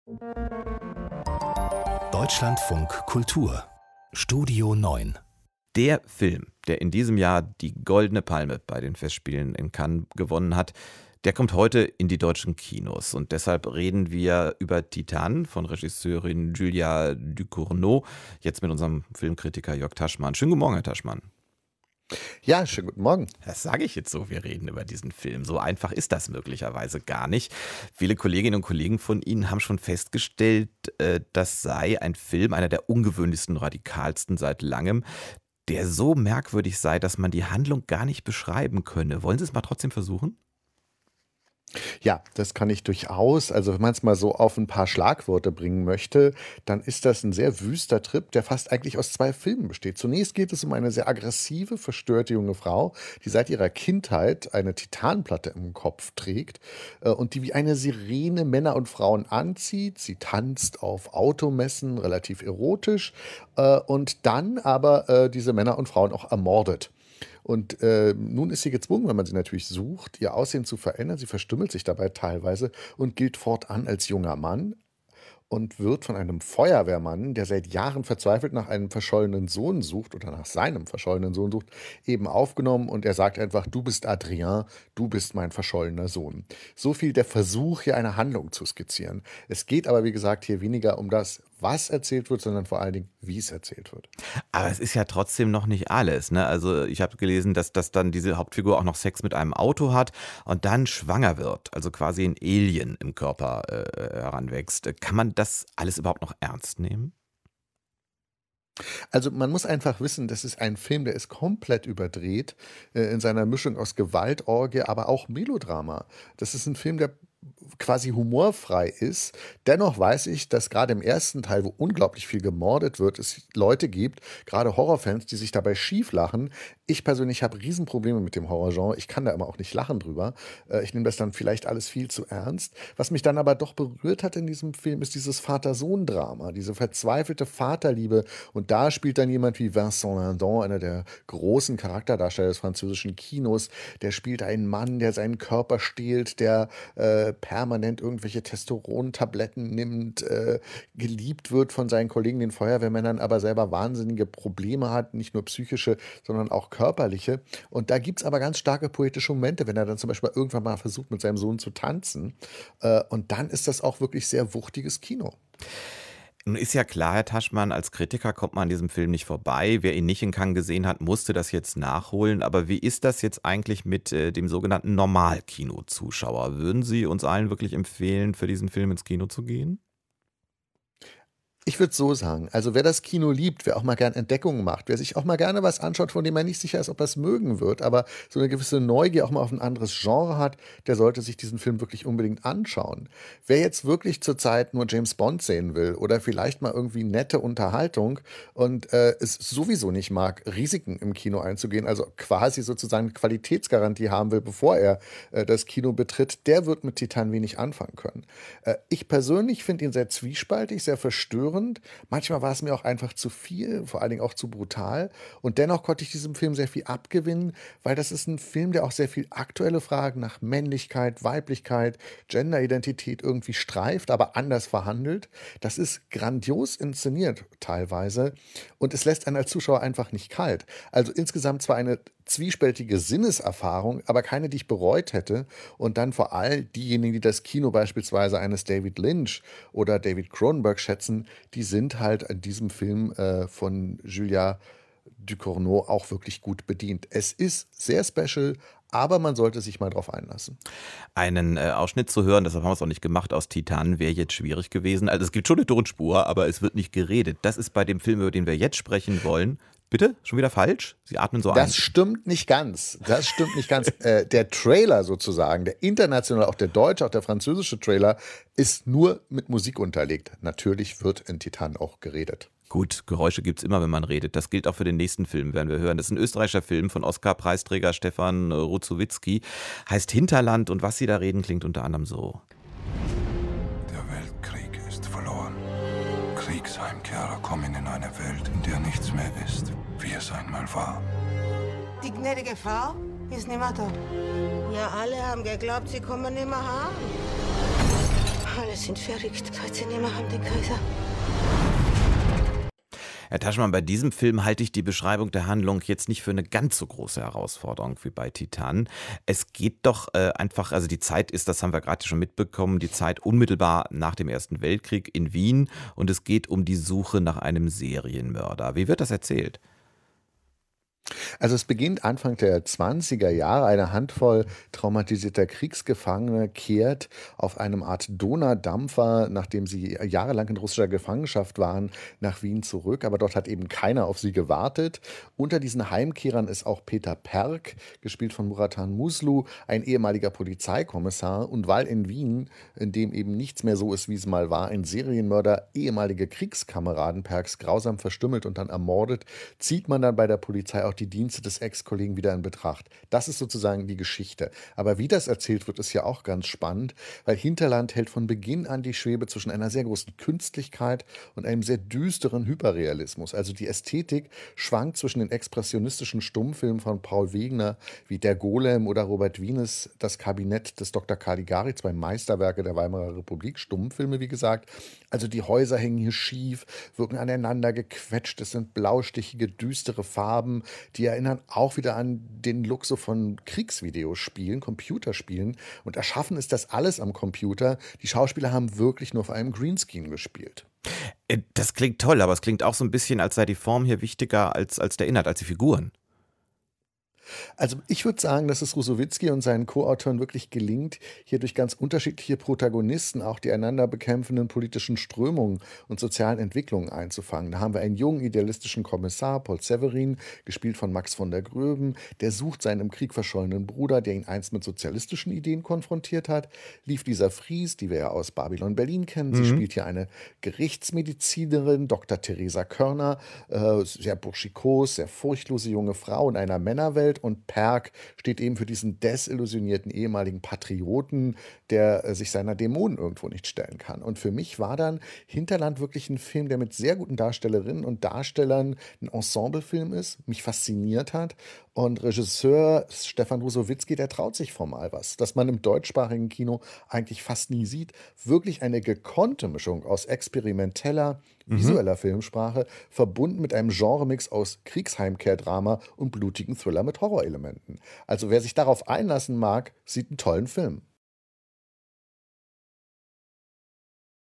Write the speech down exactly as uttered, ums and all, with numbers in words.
Deutschlandfunk Kultur Studio neun. Der Film, der in diesem Jahr die Goldene Palme bei den Festspielen in Cannes gewonnen hat, der kommt heute in die deutschen Kinos. Und deshalb reden wir über Titan von Regisseurin Julia Ducournau, jetzt mit unserem Filmkritiker Jörg Taschmann. Schönen guten Morgen, Herr Taschmann. Ja, schönen guten Morgen. Das sage ich jetzt so, wir reden über diesen Film. So einfach ist das möglicherweise gar nicht. Viele Kolleginnen und Kollegen von Ihnen haben schon festgestellt, das sei ein Film, einer der ungewöhnlichsten, radikalsten seit langem, der so merkwürdig sei, dass man die Handlung gar nicht beschreiben könne. Wollen Sie es mal trotzdem versuchen? Ja, das kann ich durchaus. Also wenn man es mal so auf ein paar Schlagworte bringen möchte, dann ist das ein sehr wüster Trip, der fast eigentlich aus zwei Filmen besteht. Zunächst geht es um eine sehr aggressive, verstörte junge Frau, die seit ihrer Kindheit eine Titanplatte im Kopf trägt äh, und die wie eine Sirene Männer und Frauen anzieht. Sie tanzt auf Automessen, relativ erotisch, äh, und dann aber äh, diese Männer und Frauen auch ermordet. Und äh, nun ist sie gezwungen, wenn man sie natürlich sucht, ihr Aussehen zu verändern. Sie verstümmelt sich dabei teilweise und gilt fortan als junger Mann und wird von einem Feuerwehrmann, der seit Jahren verzweifelt nach einem verschollenen Sohn sucht oder nach seinem verschollenen Sohn sucht, eben aufgenommen. Und er sagt einfach, du bist Adrien, du bist mein verschollener Sohn. So viel der Versuch, hier eine Handlung zu skizzieren. Es geht aber, wie gesagt, hier weniger um das, was erzählt wird, sondern vor allen Dingen, wie es erzählt wird. Aber es ist ja trotzdem noch nicht alles, ne? Also ich habe gelesen, dass, dass dann diese Hauptfigur auch noch Sex mit einem Auto hat und dann schwanger wird, also quasi ein Alien im Körper äh, heranwächst. Kann man das alles überhaupt noch ernst nehmen? Also man muss einfach wissen, das ist ein Film, der ist komplett überdreht äh, in seiner Mischung aus Gewaltorgie, aber auch Melodrama. Das ist ein Film, der quasi humorfrei ist. Dennoch weiß ich, dass gerade im ersten Teil, wo unglaublich viel gemordet wird, es Leute gibt, gerade Horrorfans, die sich dabei schief lachen. Ich persönlich habe Riesenprobleme mit dem Horrorgenre. Ich kann da immer auch nicht lachen drüber. Ich nehme das dann vielleicht alles viel zu ernst. Was mich dann aber doch berührt hat in diesem Film, ist dieses Vater-Sohn-Drama, diese verzweifelte Vaterliebe. Und da spielt dann jemand wie Vincent Lindon, einer der großen Charakterdarsteller des französischen Kinos. Der spielt einen Mann, der seinen Körper stehlt, der äh, permanent irgendwelche Testosteron-Tabletten nimmt, äh, geliebt wird von seinen Kollegen, den Feuerwehrmännern, aber selber wahnsinnige Probleme hat, nicht nur psychische, sondern auch körperliche. Und da gibt es aber ganz starke poetische Momente, wenn er dann zum Beispiel irgendwann mal versucht, mit seinem Sohn zu tanzen. Äh, und dann ist das auch wirklich sehr wuchtiges Kino. Nun ist ja klar, Herr Taschmann, als Kritiker kommt man an diesem Film nicht vorbei. Wer ihn nicht in Cannes gesehen hat, musste das jetzt nachholen. Aber wie ist das jetzt eigentlich mit äh, dem sogenannten Normalkino-Zuschauer? Würden Sie uns allen wirklich empfehlen, für diesen Film ins Kino zu gehen? Ich würde so sagen, also wer das Kino liebt, wer auch mal gern Entdeckungen macht, wer sich auch mal gerne was anschaut, von dem er nicht sicher ist, ob er es mögen wird, aber so eine gewisse Neugier auch mal auf ein anderes Genre hat, der sollte sich diesen Film wirklich unbedingt anschauen. Wer jetzt wirklich zurzeit nur James Bond sehen will oder vielleicht mal irgendwie nette Unterhaltung und äh, es sowieso nicht mag, Risiken im Kino einzugehen, also quasi sozusagen Qualitätsgarantie haben will, bevor er äh, das Kino betritt, der wird mit Titan wenig anfangen können. Äh, ich persönlich finde ihn sehr zwiespaltig, sehr verstörend. Manchmal war es mir auch einfach zu viel, vor allen Dingen auch zu brutal. Und dennoch konnte ich diesem Film sehr viel abgewinnen, weil das ist ein Film, der auch sehr viel aktuelle Fragen nach Männlichkeit, Weiblichkeit, Genderidentität irgendwie streift, aber anders verhandelt. Das ist grandios inszeniert teilweise und es lässt einen als Zuschauer einfach nicht kalt. Also insgesamt zwar eine zwiespältige Sinneserfahrung, aber keine, die ich bereut hätte. Und dann vor allem diejenigen, die das Kino beispielsweise eines David Lynch oder David Cronenberg schätzen, die sind halt an diesem Film äh, von Julia Ducournau auch wirklich gut bedient. Es ist sehr special, aber man sollte sich mal drauf einlassen. Einen äh, Ausschnitt zu hören, deshalb haben wir es auch nicht gemacht, aus Titan wäre jetzt schwierig gewesen. Also es gibt schon eine Tonspur, aber es wird nicht geredet. Das ist bei dem Film, über den wir jetzt sprechen wollen. Bitte? Schon wieder falsch? Sie atmen so ein. Das stimmt nicht ganz. Das stimmt nicht ganz. äh, der Trailer sozusagen, der internationale, auch der deutsche, auch der französische Trailer, ist nur mit Musik unterlegt. Natürlich wird in Titan auch geredet. Gut, Geräusche gibt es immer, wenn man redet. Das gilt auch für den nächsten Film, werden wir hören. Das ist ein österreichischer Film von Oscar-Preisträger Stefan Ruzowitzki. Heißt Hinterland und was Sie da reden, klingt unter anderem so. Der Weltkrieg ist verloren. Kriegsheimkehrer kommen in eine Welt, in der nichts mehr ist, wie es einmal war. Die gnädige Frau ist nicht mehr da. Ja, alle haben geglaubt, sie kommen nicht mehr heim. Alle sind verrückt. Seit sie nicht mehr haben den Kaiser. Herr Taschmann, bei diesem Film halte ich die Beschreibung der Handlung jetzt nicht für eine ganz so große Herausforderung wie bei Titan. Es geht doch äh, einfach, also die Zeit ist, das haben wir gerade schon mitbekommen, die Zeit unmittelbar nach dem Ersten Weltkrieg in Wien und es geht um die Suche nach einem Serienmörder. Wie wird das erzählt? Also es beginnt Anfang der zwanziger Jahre. Eine Handvoll traumatisierter Kriegsgefangene kehrt auf einem Art Donaudampfer, nachdem sie jahrelang in russischer Gefangenschaft waren, nach Wien zurück. Aber dort hat eben keiner auf sie gewartet. Unter diesen Heimkehrern ist auch Peter Perk, gespielt von Muratan Muslu, ein ehemaliger Polizeikommissar. Und weil in Wien, in dem eben nichts mehr so ist, wie es mal war, ein Serienmörder ehemalige Kriegskameraden Perks grausam verstümmelt und dann ermordet, zieht man dann bei der Polizei auch die Dienste des Ex-Kollegen wieder in Betracht. Das ist sozusagen die Geschichte. Aber wie das erzählt wird, ist ja auch ganz spannend, weil Hinterland hält von Beginn an die Schwebe zwischen einer sehr großen Künstlichkeit und einem sehr düsteren Hyperrealismus. Also die Ästhetik schwankt zwischen den expressionistischen Stummfilmen von Paul Wegener wie Der Golem oder Robert Wienes Das Kabinett des Doktor Caligari, zwei Meisterwerke der Weimarer Republik, Stummfilme wie gesagt. Also die Häuser hängen hier schief, wirken aneinander gequetscht, es sind blaustichige, düstere Farben, die erinnern auch wieder an den Look so von Kriegsvideospielen, Computerspielen. Und erschaffen ist das alles am Computer. Die Schauspieler haben wirklich nur auf einem Greenscreen gespielt. Äh, Das klingt toll, aber es klingt auch so ein bisschen, als sei die Form hier wichtiger als, als der Inhalt, als die Figuren. Also ich würde sagen, dass es Rusowitzki und seinen Co-Autoren wirklich gelingt, hier durch ganz unterschiedliche Protagonisten auch die einander bekämpfenden politischen Strömungen und sozialen Entwicklungen einzufangen. Da haben wir einen jungen, idealistischen Kommissar, Paul Severin, gespielt von Max von der Gröben, der sucht seinen im Krieg verschollenen Bruder, der ihn einst mit sozialistischen Ideen konfrontiert hat. Lief Lisa Fries, die wir ja aus Babylon Berlin kennen, sie Mhm. spielt hier eine Gerichtsmedizinerin, Doktor Theresa Körner, äh, sehr burschikos, sehr furchtlose junge Frau in einer Männerwelt. Und Perk steht eben für diesen desillusionierten ehemaligen Patrioten, der äh, sich seiner Dämonen irgendwo nicht stellen kann. Und für mich war dann Hinterland wirklich ein Film, der mit sehr guten Darstellerinnen und Darstellern ein Ensemblefilm ist, mich fasziniert hat. Und Regisseur Stefan Rusowitzki, der traut sich formal was, das man im deutschsprachigen Kino eigentlich fast nie sieht. Wirklich eine gekonnte Mischung aus experimenteller, visueller Filmsprache, verbunden mit einem Genremix aus Kriegsheimkehrdrama und blutigen Thriller mit Horrorelementen. Also wer sich darauf einlassen mag, sieht einen tollen Film.